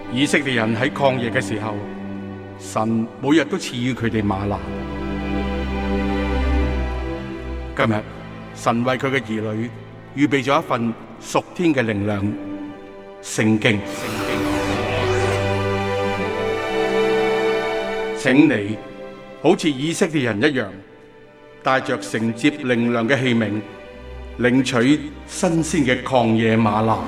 以色列人喺曠野嘅時候，神每日都賜予佢哋嗎哪。今日神為佢嘅兒女預備咗一份屬天嘅靈糧——聖經。請你好似以色列人一樣，帶着承接靈糧嘅器皿，領取新鮮嘅曠野嗎哪。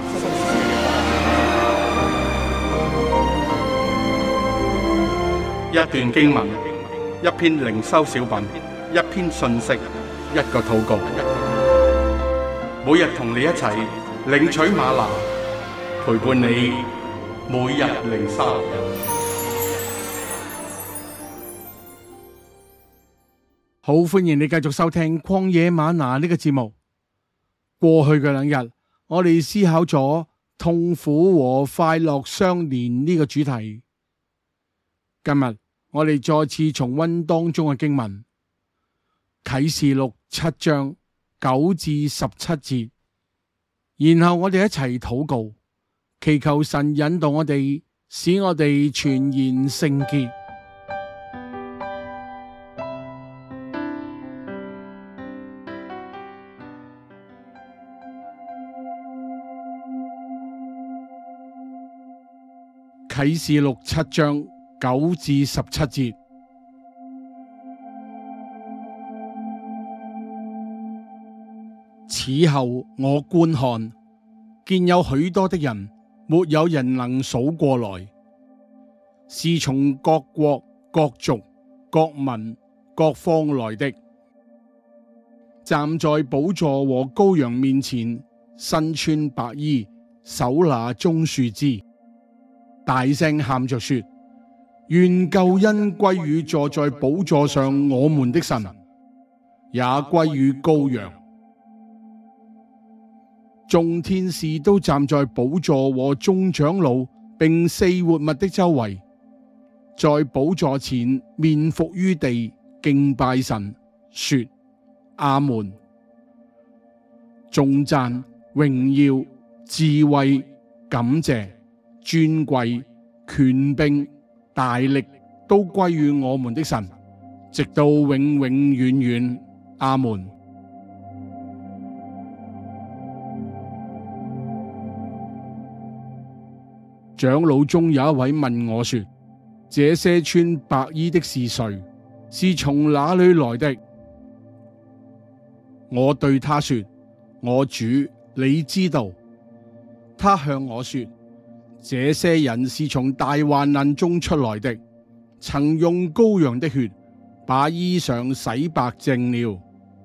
一段經文，一篇靈修小品，一篇信息，一個禱告。每日同你一齊領取嗎哪，陪伴你每日靈修。 好，歡迎你繼續收聽曠野嗎哪呢個節目。過去嘅2日，我哋思考咗痛苦和快樂相連呢個主題。今日我哋再次重溫當中嘅經文，啟示錄7章9至17節，然後我哋一齊禱告，祈求神引導我哋，使我哋全然聖潔。啟示錄7章9至17節，此後我觀看，見有許多的人，沒有人能數過來，是從各國、各族、各民、各方來的，站在寶座和羔羊面前，身穿白衣，手拿棕樹枝，大聲喊着說：願救恩歸於坐在寶座上我們的神，也歸於羔羊。眾天使都站在寶座和眾長老並4活物的周圍，在寶座前面伏於地敬拜神，說：阿門。頌讚、榮耀、智慧、感謝、尊貴、權柄、大力都歸於我們的神，直到永永遠遠。阿門。長老中有一位問我說：這些穿白衣的是誰？是從哪裏來的？我對他說：我主，你知道。他向我說：這些人是從大患難中出來的，曾用羔羊的血把衣裳洗白淨了，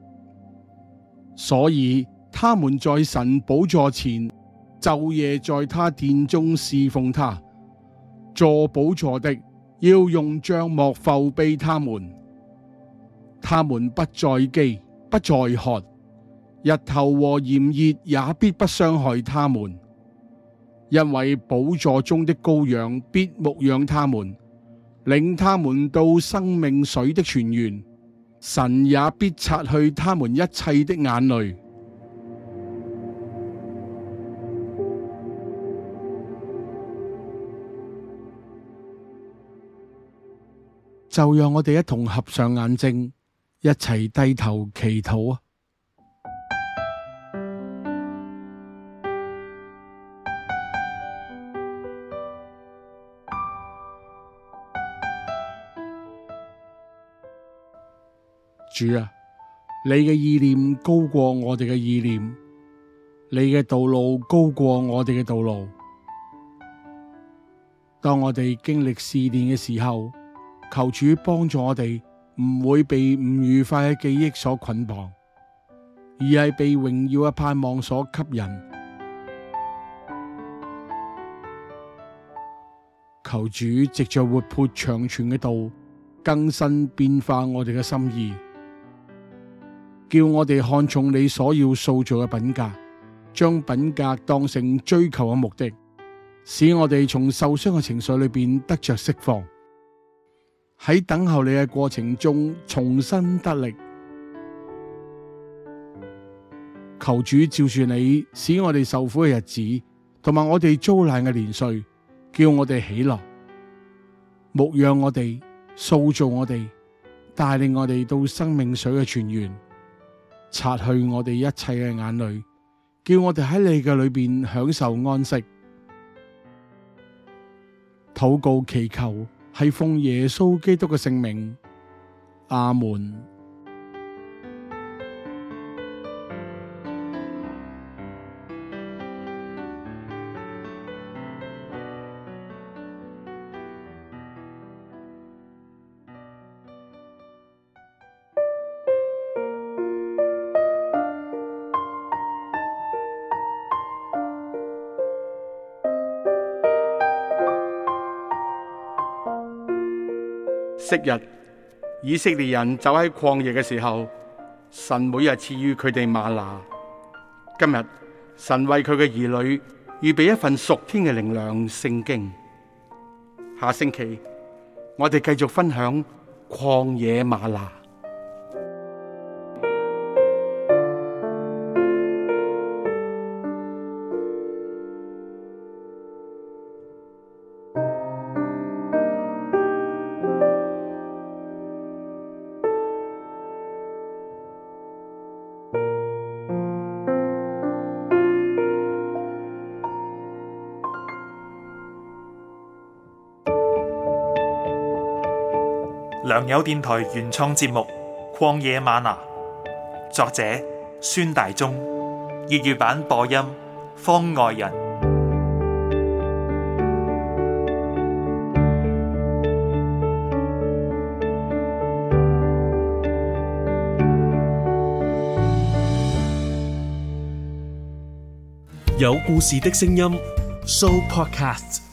所以他們在神寶座前晝夜在他殿中侍奉他。坐寶座的要用帳幕覆庇他們，他們不再飢，不再渴，日頭和炎熱也必不傷害他們。因為寶座中的羔羊必牧養他們，領他們到生命水的泉源，神也必擦去他們一切的眼淚。就讓我哋一同合上眼睛，一齊低頭祈禱啊！主啊，你嘅意念高過我哋嘅意念，你嘅道路高過我哋嘅道路。當我哋經歷試煉嘅時候，求主幫助我哋唔會被唔愉快嘅記憶所捆綁，而係被榮耀嘅盼望所吸引。求主藉着活潑長存嘅道，更新變化我哋嘅心意，叫我哋看重你所要塑造嘅品格，將品格當成追求嘅目的，使我哋從受傷嘅情緒裏邊得着釋放，喺等候你嘅過程中重新得力。求主照住你，使我哋受苦嘅日子同埋我哋遭難嘅年歲， 叫我哋喜樂，牧養我哋，塑造我哋，帶領我哋到生命水嘅泉源，擦去我哋一切嘅眼淚，叫我哋喺你嘅裏邊享受安息。禱告祈求係奉耶穌基督嘅聖名，阿門。 昔日以色列人走喺曠野嘅時候，神每日賜予佢哋嗎哪。今日神為佢嘅兒女預備一份屬天嘅靈糧聖經。下星期我哋繼續分享曠野嗎哪。 良友電台原創節目《曠野嗎哪》，作者孫大中，粵語版播音方外人， 有故事的聲音 Show Podcast。